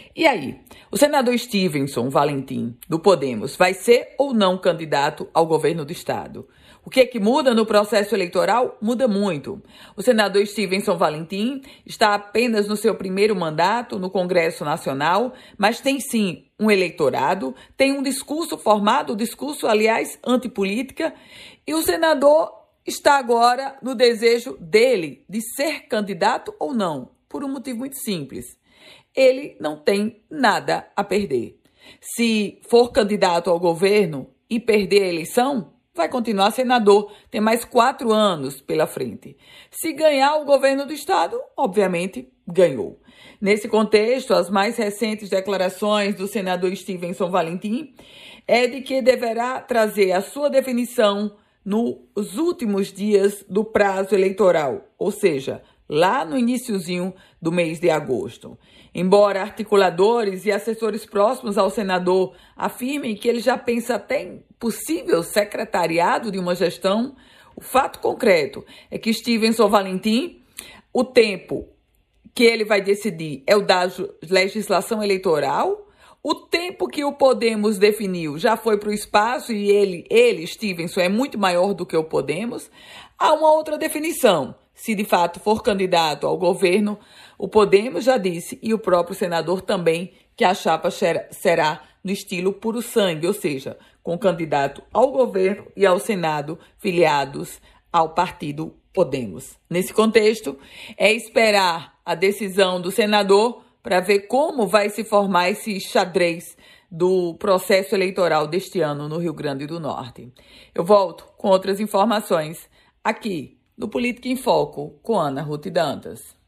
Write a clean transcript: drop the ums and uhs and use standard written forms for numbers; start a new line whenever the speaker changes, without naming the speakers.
E aí, o senador Stevenson Valentim, do Podemos, vai ser ou não candidato ao governo do estado? O que é que muda no processo eleitoral? Muda muito. O senador Stevenson Valentim está apenas no seu primeiro mandato no Congresso Nacional, mas tem sim um eleitorado, tem um discurso formado, aliás, antipolítica, e o senador está agora no desejo dele de ser candidato ou não, por um motivo muito simples. Ele não tem nada a perder. Se for candidato ao governo e perder a eleição, vai continuar senador, tem mais 4 anos pela frente. Se ganhar o governo do estado, obviamente ganhou. Nesse contexto, as mais recentes declarações do senador Stevenson Valentim é de que deverá trazer a sua definição nos últimos dias do prazo eleitoral, ou seja, lá no iniciozinho do mês de agosto. Embora articuladores e assessores próximos ao senador afirmem que ele já pensa até em possível secretariado de uma gestão, o fato concreto é que Stevenson Valentim, o tempo que ele vai decidir é o da legislação eleitoral. O tempo que o Podemos definiu já foi para o espaço e ele, Stevenson, é muito maior do que o Podemos. Há uma outra definição. Se de fato for candidato ao governo, o Podemos já disse, e o próprio senador também, que a chapa será no estilo puro sangue, ou seja, com candidato ao governo e ao Senado filiados ao partido Podemos. Nesse contexto, é esperar a decisão do senador para ver como vai se formar esse xadrez do processo eleitoral deste ano no Rio Grande do Norte. Eu volto com outras informações aqui no Política em Foco com Ana Ruth Dantas.